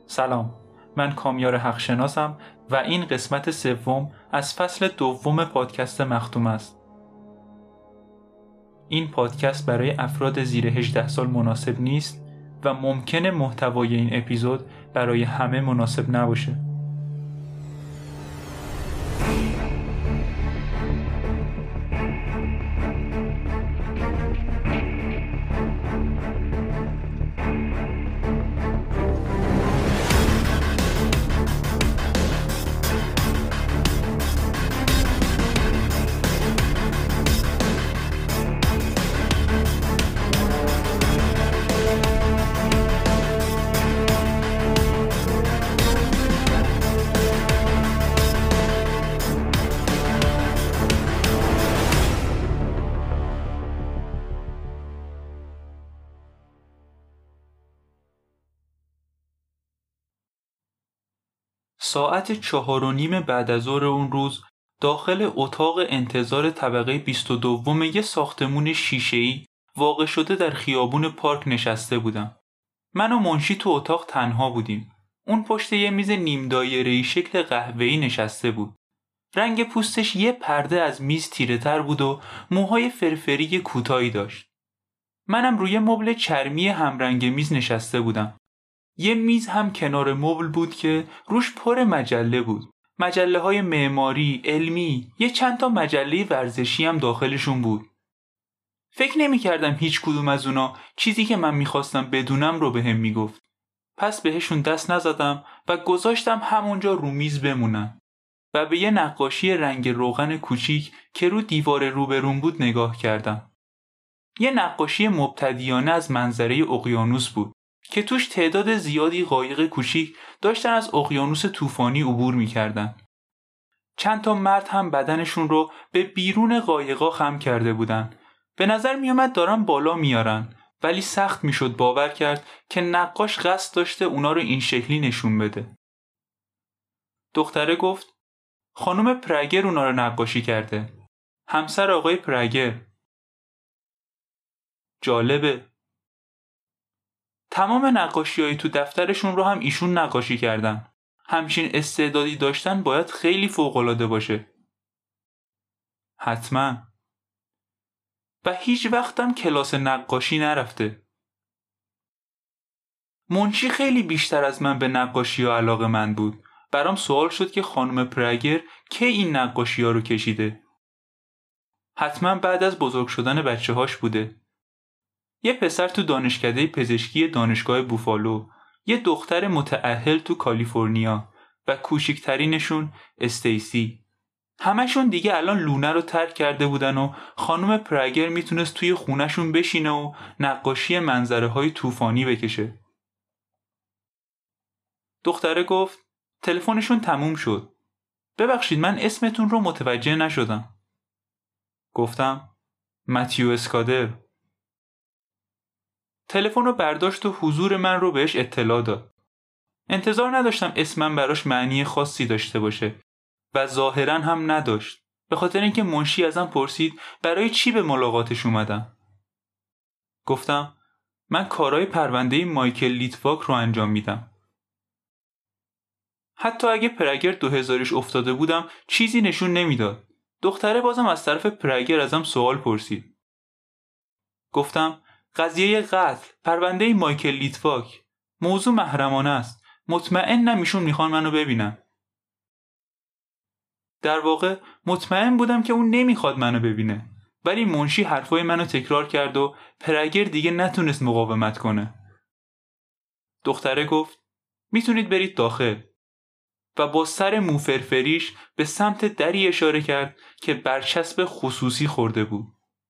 سلام، من کامیار حقشناسم و این قسمت سوم از فصل دوم پادکست مختوم است. این پادکست برای افراد زیر 18 سال مناسب نیست و ممکنه محتوای این اپیزود برای همه مناسب نباشه. ساعت 4:30 بعد از ظهر اون روز داخل اتاق انتظار طبقه 22 یه ساختمون شیشه‌ای واقع شده در خیابون پارک نشسته بودم. من و منشی تو اتاق تنها بودیم. اون پشت یه میز نیم دایره‌ای شکل قهوه‌ای نشسته بود. رنگ پوستش یه پرده از میز تیره تر بود و موهای فرفری کوتاهی داشت. منم روی مبل چرمی همرنگ میز نشسته بودم. یه میز هم کنار مبل بود که روش پر مجله بود. مجله های معماری، علمی، یه چند تا مجله ورزشی هم داخلشون بود. فکر نمی کردم هیچ کدوم از اونا چیزی که من میخواستم بدونم رو بهم میگفت. پس بهشون دست نزدم و گذاشتم همونجا رو میز بمونن و به یه نقاشی رنگ روغن کوچیک که رو دیوار روبرون بود نگاه کردم. یه نقاشی مبتدیانه از منظره اقیانوس بود که توش تعداد زیادی قایق کوچیک داشتن از اقیانوس طوفانی عبور می‌کردن. چند تا مرد هم بدنشون رو به بیرون قایقا خم کرده بودن. به نظر میومد دارن بالا میارن، ولی سخت میشد باور کرد که نقاش قصد داشته اونا رو این شکلی نشون بده. دختره گفت خانم پرگر اونا رو نقاشی کرده. همسر آقای پرگر. جالبه. تمام نقاشی‌های تو دفترشون رو هم ایشون نقاشی کردن. همچین استعدادی داشتن باید خیلی فوق‌العاده باشه. حتما. و هیچ وقتم کلاس نقاشی نرفته. منشی خیلی بیشتر از من به نقاشی‌ها علاقه‌مند بود. برام سوال شد که خانم پرگر کی این نقاشی‌ها رو کشیده. حتما بعد از بزرگ شدن بچه‌هاش بوده. یه پسر تو دانشکده پزشکی دانشگاه بوفالو، یه دختر متأهل تو کالیفرنیا و کوچکترینشون استیسی. همشون دیگه الان لونه رو ترک کرده بودن و خانم پرگر میتونست توی خونهشون بشینه و نقاشی منظره های طوفانی بکشه. دختره گفت تلفنشون تموم شد. ببخشید من اسمتون رو متوجه نشدم. گفتم متیو اسکادر. تلفن رو برداشت و حضور من رو بهش اطلاع داد. انتظار نداشتم اسمم براش معنی خاصی داشته باشه و ظاهراً هم نداشت، به خاطر اینکه منشی ازم پرسید برای چی به ملاقاتش اومدم. گفتم من کارهای پرونده مایکل لیتواک رو انجام میدم. حتی اگه پرگر 2000ش افتاده بودم چیزی نشون نمیداد. دختره بازم از طرف پرگر ازم سوال پرسید. گفتم قضیه قتل، پرونده مایکل لیتواک، موضوع محرمانه است. مطمئنم ایشون میخوان منو ببینن. در واقع مطمئن بودم که اون نمیخواد منو ببینه، ولی منشی حرفای منو تکرار کرد و پرگر دیگه نتونست مقاومت کنه. دختره گفت میتونید برید داخل و با سر موفرفریش به سمت دری اشاره کرد که برچسب خصوصی خورده بود.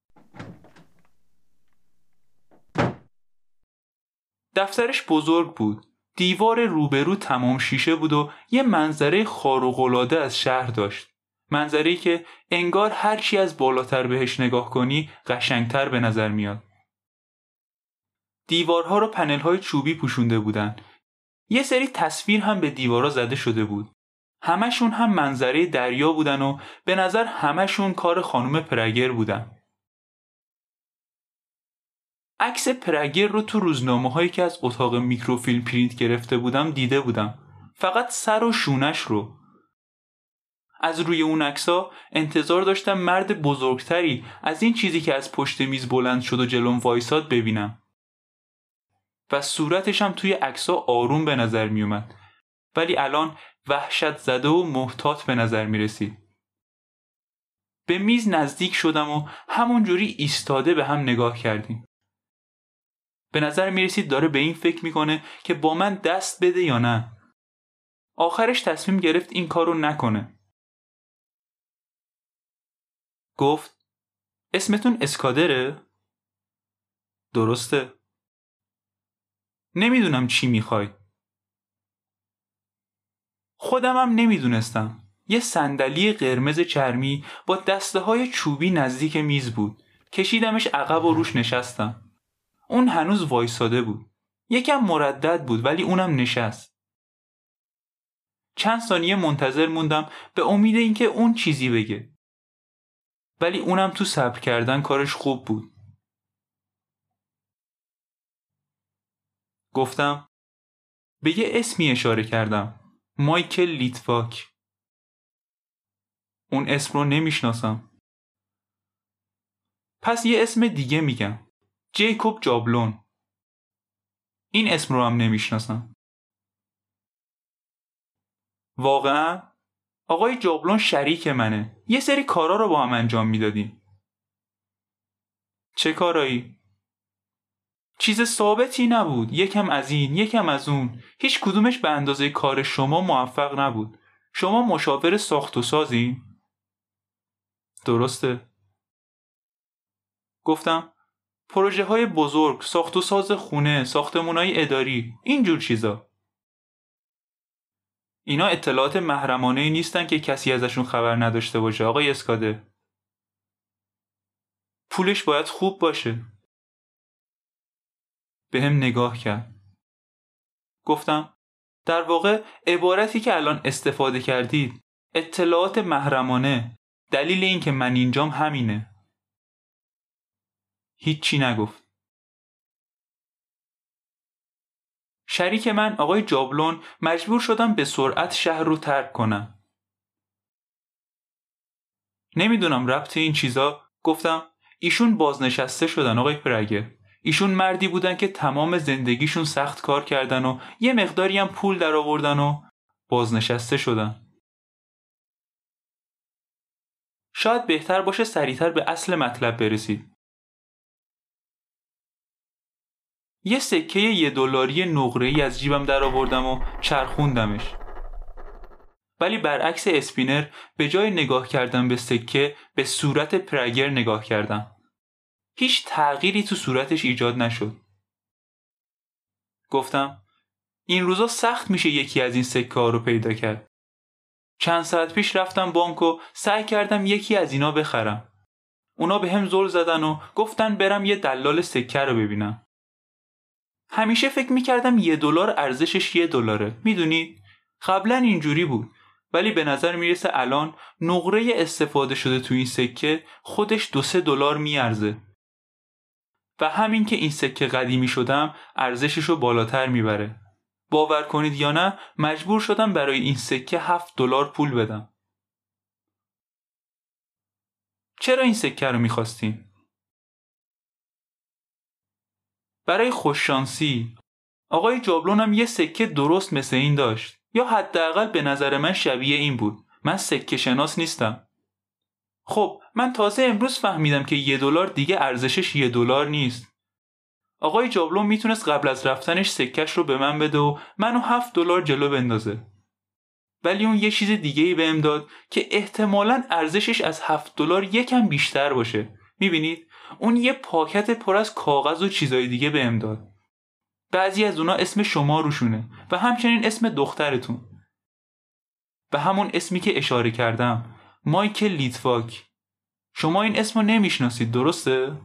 دفترش بزرگ بود. دیوار روبرو تمام شیشه بود و یه منظره خارق‌العاده از شهر داشت. منظره‌ای که انگار هرچی از بالاتر بهش نگاه کنی قشنگتر به نظر میاد. دیوارها رو پنل‌های چوبی پوشونده بودن. یه سری تصویر هم به دیوارا زده شده بود. همشون هم منظره دریا بودن و به نظر همشون کار خانم پرگر بودن. عکس پرگر رو تو روزنامه‌هایی که از اتاق میکروفیلم پرینت گرفته بودم دیده بودم. فقط سر و شونش رو. از روی اون عکس‌ها انتظار داشتم مرد بزرگتری از این چیزی که از پشت میز بلند شد و جلوم وایساد ببینم. و صورتش هم توی عکس‌ها آروم به نظر می اومد. ولی الان وحشت زده و محتاط به نظر می رسید. به میز نزدیک شدم و همونجوری ایستاده به هم نگاه کردیم. به نظر می رسید داره به این فکر می کنه که با من دست بده یا نه. آخرش تصمیم گرفت این کارو نکنه. گفت اسمتون اسکادره؟ درسته. نمیدونم چی میخوای. خودمم نمیدونستم. یه صندلی قرمز چرمی با دسته های چوبی نزدیک میز بود. کشیدمش عقب و روش نشستم. اون هنوز وایساده بود. یکم مردد بود ولی اونم نشست. چند ثانیه منتظر موندم به امید اینکه اون چیزی بگه. ولی اونم تو صبر کردن کارش خوب بود. گفتم به یه اسمی اشاره کردم. مایکل لیتواک. اون اسم رو نمیشناسم. پس یه اسم دیگه میگم. جیکوب جابلون. این اسم رو هم نمیشناسم. واقعا؟ آقای جابلون شریک منه. یه سری کارا رو با هم انجام میدادیم. چه کارایی؟ چیز ثابتی نبود. یکم از این، یکم از اون. هیچ کدومش به اندازه کار شما موفق نبود. شما مشاور ساخت و سازین؟ درسته. گفتم پروژه های بزرگ، ساخت و ساز خونه، ساختمونای اداری، اینجور چیزا. اینا اطلاعات محرمانه‌ای نیستن که کسی ازشون خبر نداشته باشه آقای اسکاده. پولش باید خوب باشه. به هم نگاه کرد. گفتم در واقع عبارتی که الان استفاده کردید، اطلاعات محرمانه، دلیل این که من اینجام همینه. هیچی نگفت. شریک من آقای جابلون مجبور شدم به سرعت شهر رو ترک کنم. نمیدونم ربط این چیزا. گفتم ایشون بازنشسته شدن آقای پرگر. ایشون مردی بودن که تمام زندگیشون سخت کار کردن و یه مقداری هم پول در آوردن و بازنشسته شدن. شاید بهتر باشه سریعتر به اصل مطلب برسید. یه سکه $1 نقره‌ای از جیبم در آوردم و چرخوندمش. ولی برعکس اسپینر به جای نگاه کردم به سکه به صورت پرگر نگاه کردم. هیچ تغییری تو صورتش ایجاد نشد. گفتم این روزا سخت میشه یکی از این سکه ها رو پیدا کرد. چند ساعت پیش رفتم بانک و سعی کردم یکی از اینا بخرم. اونا به هم زل زدن و گفتن برم یه دلال سکه رو ببینم. همیشه فکر میکردم $1 ارزشش $1. میدونید؟ قبلا اینجوری بود. ولی به نظر میرسه الان نقره استفاده شده تو این سکه خودش $2-3 میارزه. و همین که این سکه قدیمی شدم ارزششو بالاتر میبره. باور کنید یا نه مجبور شدم برای این سکه $7 پول بدم. چرا این سکه رو میخواستین؟ برای خوششانسی. آقای جابلون هم یه سکه درست مثل این داشت. یا حداقل به نظر من شبیه این بود. من سکه شناس نیستم. خب من تازه امروز فهمیدم که $1 دیگه ارزشش $1 نیست. آقای جابلون میتونست قبل از رفتنش سکش رو به من بده و منو $7 جلو بندازه. ولی اون یه چیز دیگه‌ای بهم داد که احتمالاً ارزشش از $7 یکم بیشتر باشه. میبینید؟ اون یه پاکت پر از کاغذ و چیزای دیگه بهم داد. بعضی از اونا اسم شما روشونه و همچنین اسم دخترتون. و همون اسمی که اشاره کردم، مایکل لیتواک. شما این اسمو نمیشناسید درسته؟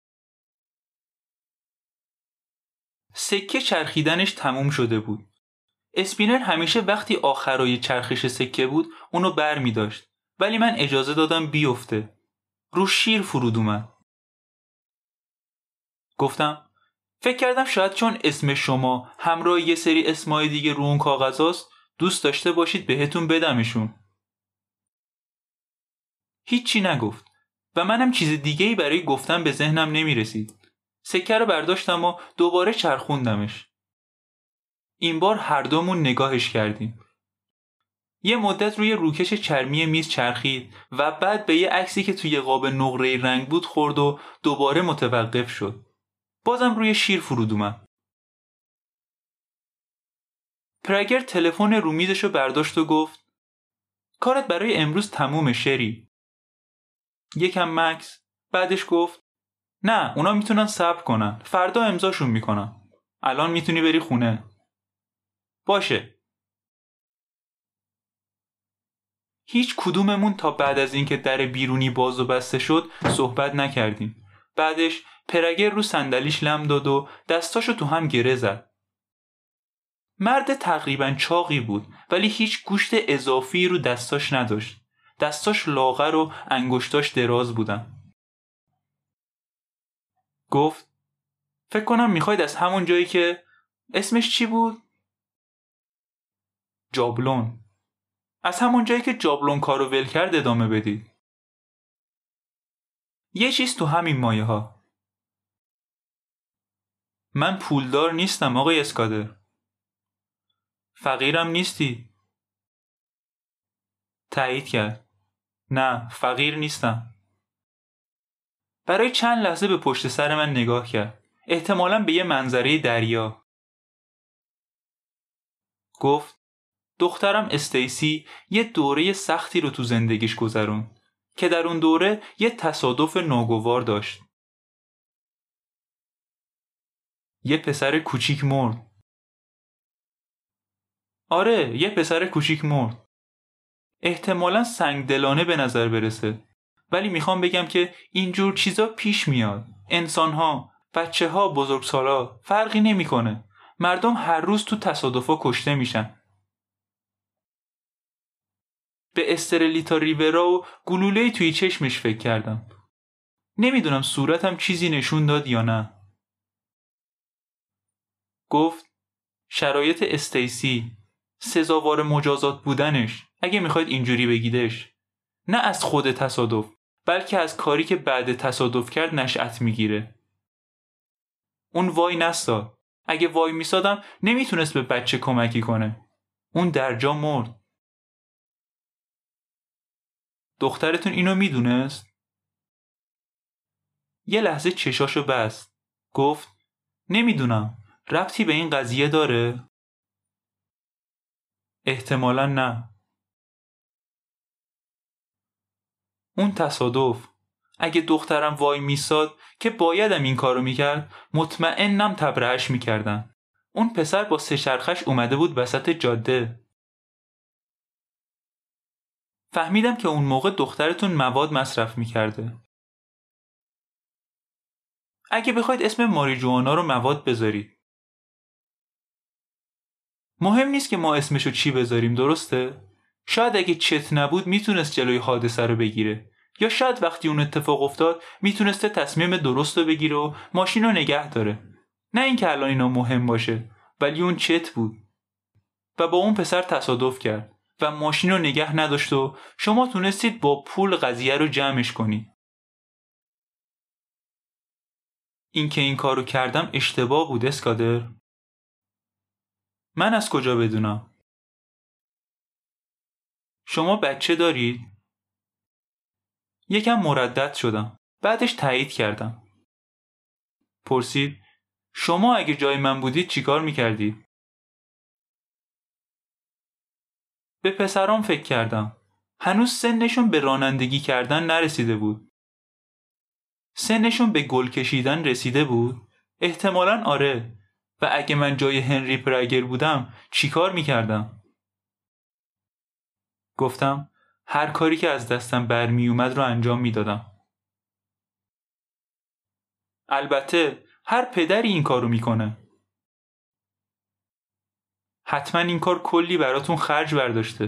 سکه چرخیدنش تموم شده بود. اسپینر همیشه وقتی آخرای چرخش سکه بود اونو بر می داشت. ولی من اجازه دادم بیفته. رو شیر فرود اومد. گفتم فکر کردم شاید چون اسم شما همراه یه سری اسمای دیگه رو اون کاغذاست دوست داشته باشید بهتون بدمشون. هیچی نگفت و منم چیز دیگه‌ای برای گفتن به ذهنم نمی‌رسید. سکه رو برداشتم و دوباره چرخوندمش. این بار هر دومون نگاهش کردیم. یه مدت روی روکش چرمی میز چرخید و بعد به یه عکسی که توی قاب نقره رنگ بود خورد و دوباره متوقف شد. بازم روی شیر فرود اومد. پرگر تلفن رو میزشو برداشت و گفت کارت برای امروز تمومه شری. یکم مکس بعدش گفت نه اونا میتونن صبر کنن، فردا امضاشون میکنن. الان میتونی بری خونه. باشه. هیچ کدوممون تا بعد از اینکه در بیرونی باز و بسته شد صحبت نکردیم. بعدش پرگر رو صندلیش لم داد و دستاشو تو هم گره زد. مرد تقریباً چاقی بود ولی هیچ گوشت اضافی رو دستاش نداشت. دستاش لاغر و انگشتاش دراز بودن. گفت فکر کنم میخواید از همون جایی که اسمش چی بود؟ جابلون. از همون جایی که جابلون کارو ول کرد ادامه بدید. یه چیز تو همین مایه ها. من پولدار نیستم آقای اسکادر. فقیرم نیستی؟ تایید کرد. نه فقیر نیستم. برای چند لحظه به پشت سر من نگاه کرد. احتمالاً به یه منظره دریا. گفت دخترم استیسی یه دوره سختی رو تو زندگیش گذروند که در اون دوره یه تصادف ناگوار داشت. یه پسر کوچیک مرد. آره یه پسر کوچیک مرد. احتمالاً سنگدلانه به نظر برسه ولی میخوام بگم که اینجور چیزا پیش میاد. انسان‌ها، بچه‌ها، بزرگسالا فرقی نمیکنه. مردم هر روز تو تصادفا کشته میشن. به استرلیتا ریورا و گلوله‌ای توی چشمش فکر کردم. نمیدونم صورتم چیزی نشون داد یا نه. گفت شرایط استیسی سزاوار مجازات بودنش اگه میخواید اینجوری بگیدش. نه از خود تصادف بلکه از کاری که بعد تصادف کرد نشأت میگیره. اون وای نستاد. اگه وای میسادم نمیتونست به بچه کمکی کنه. اون در جا مرد. دخترتون اینو میدونست؟ یه لحظه چشاشو بست. گفت نمیدونم. ربطی به این قضیه داره؟ احتمالاً نه. اون تصادف اگه دخترم وای میساد که بایدم این کارو میکرد مطمئنم تبرئه‌اش میکردن. اون پسر با سه چرخش اومده بود وسط جاده. فهمیدم که اون موقع دخترتون مواد مصرف میکرده. اگه بخواید اسم ماریجوانا رو مواد بذارید. مهم نیست که ما اسمشو چی بذاریم درسته؟ شاید اگه چت نبود میتونست جلوی حادثه رو بگیره. یا شاید وقتی اون اتفاق افتاد میتونسته تصمیم درست رو بگیره و ماشین رو نگه داره. نه اینکه الان اینا مهم باشه ولی اون چت بود و با اون پسر تصادف کرد و ماشین رو نگه نداشت و شما تونستید با پول قضیه رو جمعش کنید. اینکه این کارو کردم اشتباه بود اسکادر. من از کجا بدونم؟ شما بچه دارید؟ یکم مردد شدم. بعدش تایید کردم. پرسید شما اگه جای من بودید چیکار میکردید؟ به پسرام فکر کردم. هنوز سنشون به رانندگی کردن نرسیده بود. سنشون به گل کشیدن رسیده بود؟ احتمالاً آره. و اگه من جای هنری پرگر بودم چیکار میکردم؟ گفتم هر کاری که از دستم برمی اومد رو انجام میدادم. البته هر پدری این کارو میکنه. حتما این کار کلی براتون خرج برداشته.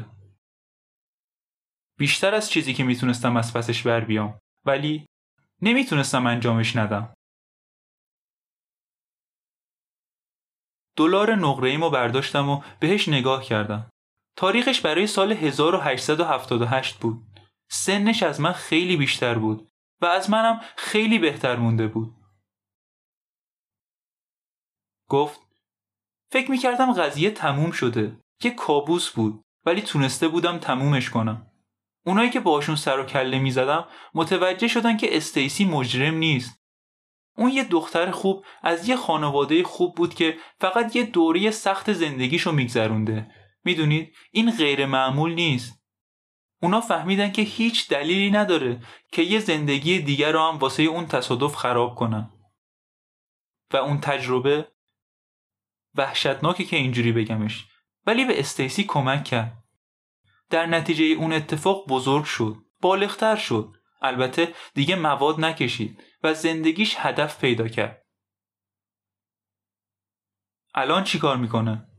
بیشتر از چیزی که میتونستم از پسش بر بیام. ولی نمیتونستم انجامش ندم. دلار نقره‌ایمو برداشتم و بهش نگاه کردم. تاریخش برای سال 1878 بود. سنش از من خیلی بیشتر بود و از منم خیلی بهتر مونده بود. گفت فکر می‌کردم قضیه تموم شده. یه کابوس بود ولی تونسته بودم تمومش کنم. اونایی که باشون سر و کله می‌زدم متوجه شدن که استیسی مجرم نیست. اون یه دختر خوب از یه خانواده خوب بود که فقط یه دوره سخت زندگیشو میگذرونده. میدونید این غیر معمول نیست. اونا فهمیدن که هیچ دلیلی نداره که یه زندگی دیگر رو هم واسه اون تصادف خراب کنن. و اون تجربه وحشتناکه که اینجوری بگمش، ولی به استیسی کمک کرد. در نتیجه اون اتفاق بزرگ شد، بالغتر شد. البته دیگه مواد نکشید و زندگیش هدف پیدا کرد. الان چی کار میکنه؟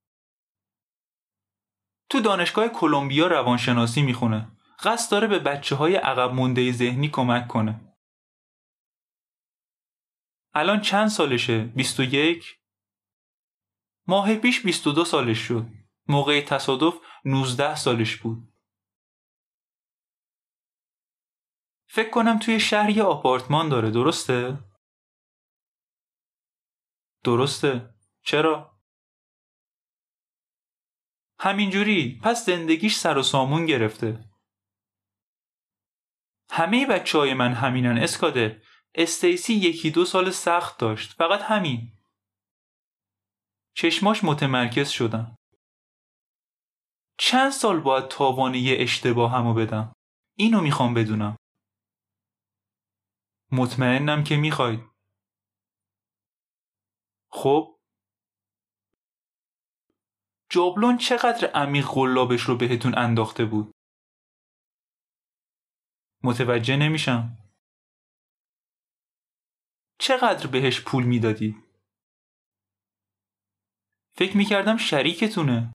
تو دانشگاه کلمبیا روانشناسی میخونه. قصد داره به بچه‌های عقب مونده ذهنی کمک کنه. الان چند سالشه؟ 21؟ ماه پیش 22 سالش شد. موقع تصادف 19 سالش بود. فکر کنم توی شهر یه آپارتمان داره، درسته؟ درسته. چرا؟ همینجوری. پس زندگیش سر و سامون گرفته. همه بچه‌های من همینن اسکاده. استیسی 1-2 سال سخت داشت، فقط همین. چشماش متمرکز شدن. چند سال باید تاوان یه اشتباه همو بدم؟ اینو میخوام بدونم. مطمئنم که میخواید. خب جابلون چقدر عمیق قلابش رو بهتون انداخته بود؟ متوجه نمیشم. چقدر بهش پول میدادید؟ فکر میکردم شریکتونه.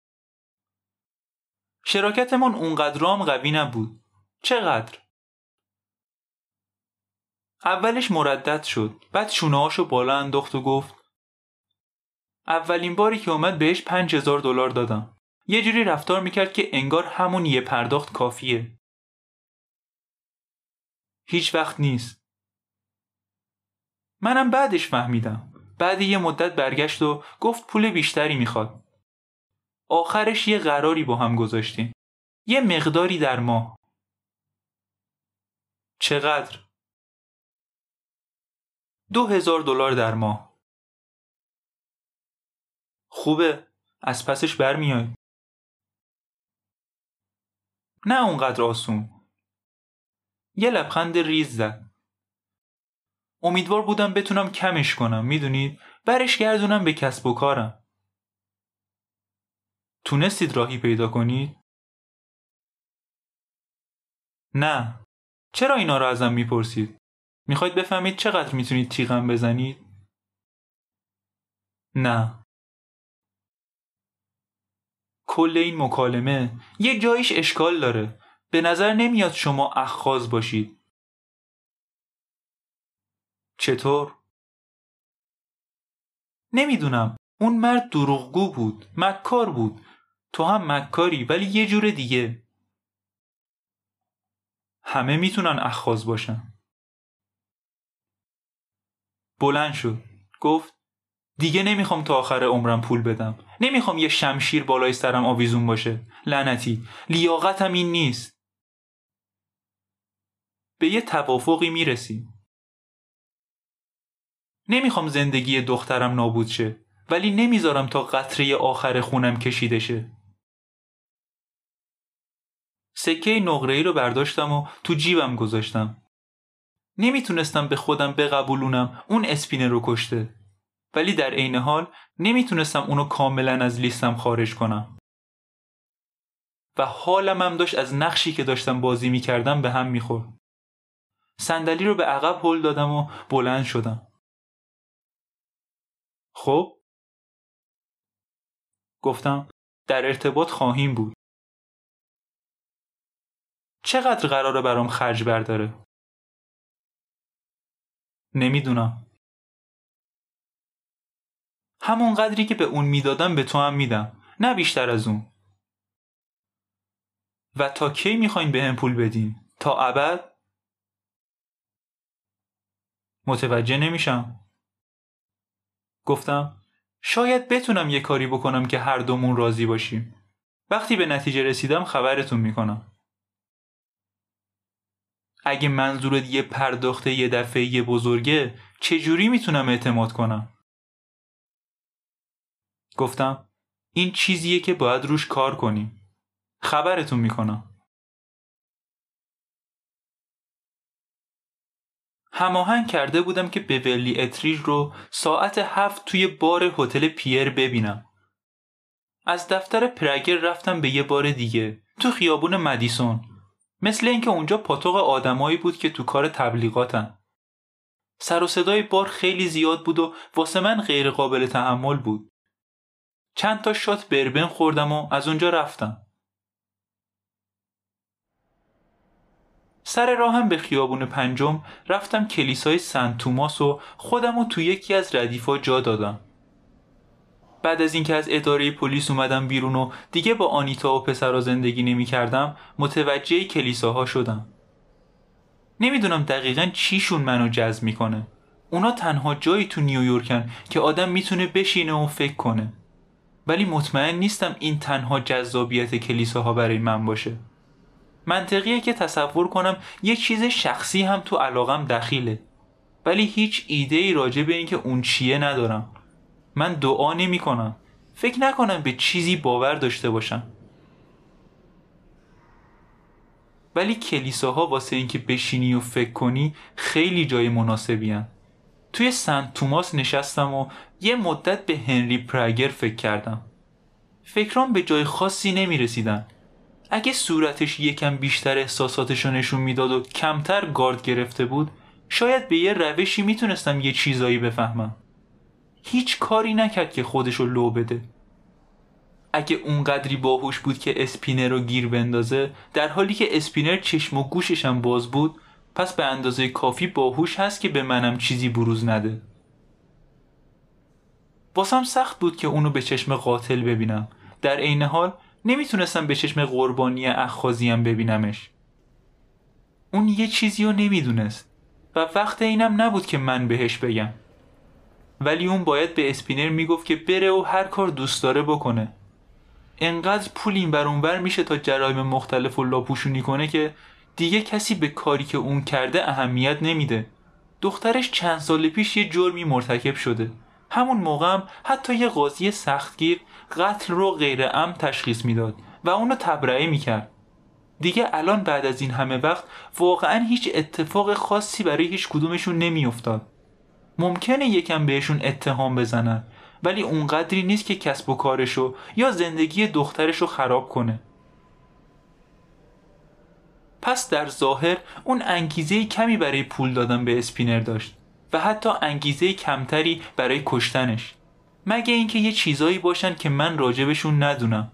شراکتمون اونقدرام قوی نبود. چقدر؟ اولش مردد شد، بعد شونه‌هاشو بالا انداخت و گفت اولین باری که اومد بهش $5000 دادم. یه جوری رفتار میکرد که انگار همون یه پرداخت کافیه. هیچ وقت نیست. منم بعدش فهمیدم. بعد یه مدت برگشت و گفت پول بیشتری میخواد. آخرش یه قراری با هم گذاشتیم. یه مقداری در ماه. چقدر؟ $2000 در ماه. خوبه. از پسش برمیای. نه اونقدر آسون. یه لبخند ریز زد. امیدوار بودم بتونم کمش کنم، میدونید؟ برش گردونم به کسب و کارم. تونستید راهی پیدا کنید؟ نه. چرا اینا رو ازم میپرسید؟ میخواید بفهمید چقدر میتونید تیغم بزنید؟ نه. کل این مکالمه یه جایش اشکال داره. به نظر نمیاد شما اخاذ باشید. چطور؟ نمیدونم. اون مرد دروغگو بود، مکار بود. تو هم مکاری ولی یه جور دیگه. همه میتونن اخاذ باشن. بلند شد. گفت دیگه نمیخوام تا آخر عمرم پول بدم. نمیخوام یه شمشیر بالای سرم آویزون باشه. لعنتی. لیاقتم این نیست. به یه توافقی میرسیم. نمیخوام زندگی دخترم نابود شه، ولی نمیذارم تا قطره آخر خونم کشیده شه. سکه نقره‌ای رو برداشتم و تو جیبم گذاشتم. نمیتونستم به خودم بقبولونم اون اسپینه رو کشته، ولی در عین حال نمیتونستم اونو کاملا از لیستم خارج کنم. و حالم هم داشت از نقشی که داشتم بازی میکردم به هم میخورد. صندلی رو به عقب هل دادم و بلند شدم. خب گفتم در ارتباط خواهیم بود. چقدر قراره برام خرج برداره؟ نمیدونم. همون قدری که به اون میدادم به تو هم میدم، نه بیشتر از اون. و تا کی میخواین بهم پول بدین؟ تا ابد؟ متوجه نمیشم. گفتم شاید بتونم یه کاری بکنم که هر دومون راضی باشیم. وقتی به نتیجه رسیدم خبرتون میکنم. اگه منظورت یه پرداخت یه دفعه‌ای بزرگه، چجوری میتونم اعتماد کنم؟ گفتم این چیزیه که باید روش کار کنیم. خبرتون میکنم. هماهنگ کرده بودم که بیورلی اتریج رو ساعت 7 توی بار هتل پیر ببینم. از دفتر پرگر رفتم به یه بار دیگه تو خیابون مدیسون. مثل اینکه اونجا پاتوق آدمایی بود که تو کار تبلیغاتن. سر و صدای بار خیلی زیاد بود و واسه من غیر قابل تحمل بود. چند تا شات بربن خوردم و از اونجا رفتم. سر راهم به خیابون پنجم رفتم کلیسای سنت توماس و خودمو تو یکی از ردیفا جا دادم. بعد از اینکه از اداره پلیس اومدم بیرون و دیگه با آنیتا و پسرا زندگی نمی کردم، متوجه کلیساها شدم. نمیدونم دقیقاً چیشون منو جذب میکنه. اونا تنها جایی تو نیویورکن که آدم میتونه بشینه و فکر کنه. ولی مطمئن نیستم این تنها جذابیت کلیساها برای من باشه. منطقیه که تصور کنم یه چیز شخصی هم تو علاقم دخیله. ولی هیچ ایده‌ای راجع به این که اون چیه ندارم. من دعا نمی کنم. فکر نکنم به چیزی باور داشته باشم. ولی کلیساها واسه این که بشینی و فکر کنی خیلی جای مناسبی هن. توی سنت توماس نشستم و یه مدت به هنری پرگر فکر کردم. فکرام به جای خاصی نمی رسیدن. اگه صورتش یکم بیشتر احساساتشو نشون میداد و کمتر گارد گرفته بود، شاید به یه روشی میتونستم یه چیزایی بفهمم. هیچ کاری نکرد که خودشو لو بده. اگه اونقدری باهوش بود که اسپینر رو گیر بندازه، در حالی که اسپینر چشم و گوشش هم باز بود، پس به اندازه کافی باهوش هست که به منم چیزی بروز نده. واسم سخت بود که اونو به چشم قاتل ببینم. در عین حال نمیتونستم به چشم قربانی اخاذیم ببینمش. اون یه چیزی رو نمیدونست و وقت اینم نبود که من بهش بگم. ولی اون باید به اسپینر میگفت که بره و هر کار دوست داره بکنه. انقدر پول این بر اون بر میشه تا جرایم مختلف و لاپوشونی کنه که دیگه کسی به کاری که اون کرده اهمیت نمیده. دخترش چند سال پیش یه جرمی مرتکب شده. همون موقع هم حتی یه قاضی سختگیر قتل رو غیر عمد تشخیص میداد و اونو تبرئه میکرد. دیگه الان بعد از این همه وقت واقعا هیچ اتفاق خاصی برای هیچ کدومشون نمیافتاد. ممکنه یکم بهشون اتهام بزنن، ولی اونقدری نیست که کسب و کارشو یا زندگی دخترشو خراب کنه. پس در ظاهر اون انگیزه کمی برای پول دادن به اسپینر داشت و حتی انگیزه کمتری برای کشتنش، مگه اینکه یه چیزایی باشن که من راجبشون ندونم.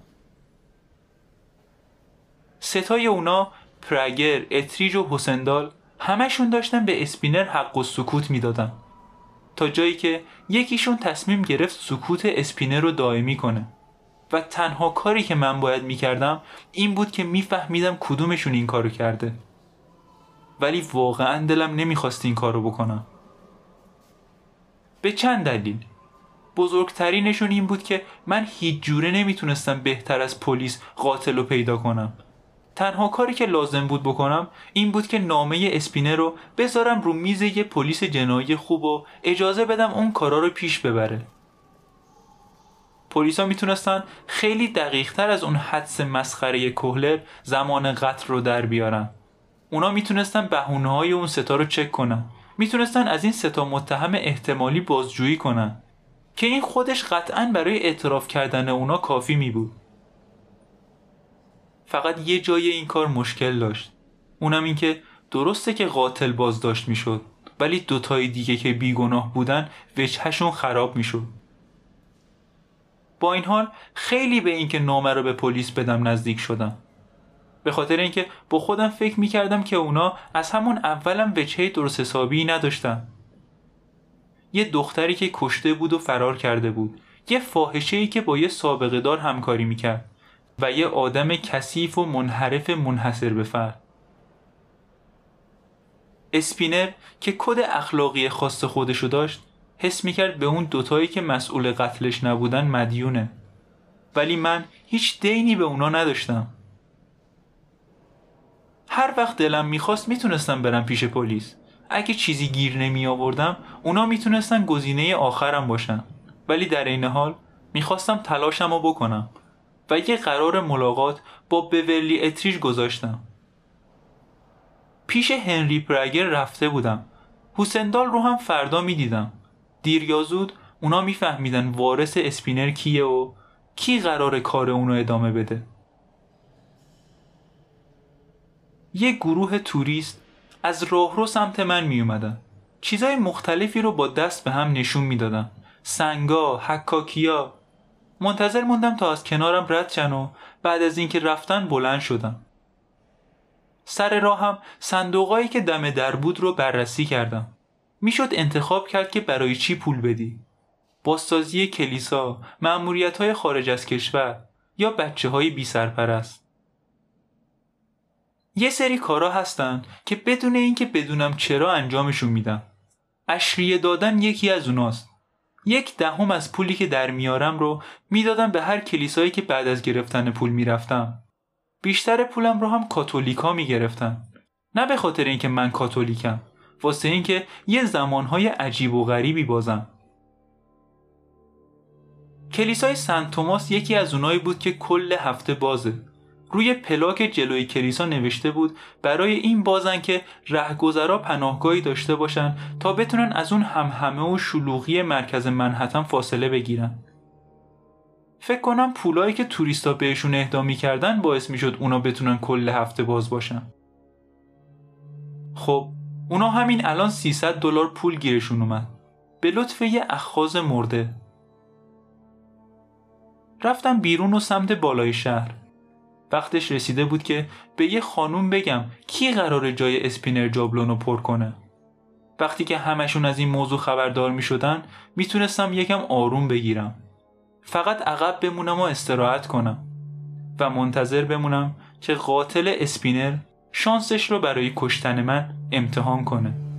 ستای اونا، پرگر، اتریج و حسندال، همشون داشتن به اسپینر حق و سکوت میدادن، تا جایی که یکیشون تصمیم گرفت سکوت اسپینر رو دائمی کنه و تنها کاری که من باید میکردم این بود که میفهمیدم کدومشون این کارو کرده. ولی واقعا دلم نمیخواست این کارو بکنم. به چند دلیل. بزرگترینشون این بود که من هیچ جوره نمیتونستم بهتر از پلیس قاتل رو پیدا کنم. تنها کاری که لازم بود بکنم این بود که نامه اسپینر رو بذارم رو میز یه پلیس جنایی خوب و اجازه بدم اون کارا رو پیش ببره. پلیسا میتونستن خیلی دقیق تر از اون حدس مسخره کوهلر زمان قتل رو در بیارن. اونا میتونستن بهونه‌های اون ستا رو چک کنن. میتونستن از این ستا متهم احتمالی بازجویی کنن که این خودش قطعاً برای اعتراف کردن اونا کافی میبود. فقط یه جای این کار مشکل داشت. اونم این که درسته که قاتل بازداشت میشد، ولی دوتای دیگه که بیگناه بودن وجهشون خراب میشد. با این حال خیلی به این که نامه رو به پلیس بدم نزدیک شدم. به خاطر اینکه با خودم فکر میکردم که اونا از همون اولم وجهه درست حسابی نداشتن. یه دختری که کشته بود و فرار کرده بود یه فاحشه‌ای که با یه سابقه دار همکاری میکرد و یه آدم کثیف و منحرف منحصر به فرد. اسپینر که کد اخلاقی خاص خودشو داشت، حس میکرد به اون دوتایی که مسئول قتلش نبودن مدیونه، ولی من هیچ دینی به اونا نداشتم. هر وقت دلم میخواست میتونستم برم پیش پلیس. اگه چیزی گیر نمی آوردم اونا میتونستن گزینه آخرم باشن، ولی در این حال میخواستم تلاشمو بکنم و یه قرار ملاقات با بورلی اتریج گذاشتم. پیش هنری پرگر رفته بودم. هوسندال رو هم فردا میدیدم. دیر یا زود اونا میفهمیدن وارث اسپینر کیه و کی قرار کار اونو ادامه بده. یه گروه توریست از راهرو سمت من می اومدن. چیزای مختلفی رو با دست به هم نشون می دادن. سنگا، حکاکیا. منتظر موندم تا از کنارم رد شن و بعد از اینکه رفتن بلند شدم. سر راهم صندوقایی که دم در بود رو بررسی کردم. میشد انتخاب کرد که برای چی پول بدی. بازسازی کلیسا، مأموریت‌های خارج از کشور یا بچه‌های بی سرپرست. یه سری کارا هستن که بدون اینکه بدونم چرا انجامشون میدم. اشریه دادن یکی از اوناست. 1/10 از پولی که در میارم رو میدادم به هر کلیسایی که بعد از گرفتن پول میرفتم. بیشتر پولم رو هم کاتولیکا میگرفتن. نه به خاطر اینکه من کاتولیکم، واسه اینکه یه زمانهای عجیب و غریبی بازم. کلیسای سنت توماس یکی از اونایی بود که کل هفته بازه. روی پلاک جلوی کلیسا نوشته بود برای این بازن که رهگذرا پناهگاهی داشته باشن تا بتونن از اون همهمه و شلوغی مرکز منهتن فاصله بگیرن. فکر کنم پولایی که توریستا بهشون اهدا می‌کردن باعث میشد اونا بتونن کل هفته باز باشن. خب اونا همین الان $300 پول گیرشون اومد به لطف یه اخاذ مرده. رفتم بیرون و سمت بالای شهر. وقتش رسیده بود که به یه خانوم بگم کی قراره جای اسپینر جابلونو پر کنه. وقتی که همشون از این موضوع خبردار می شدن میتونستم یکم آروم بگیرم. فقط عقب بمونم و استراحت کنم و منتظر بمونم که قاتل اسپینر شانسش رو برای کشتن من امتحان کنه.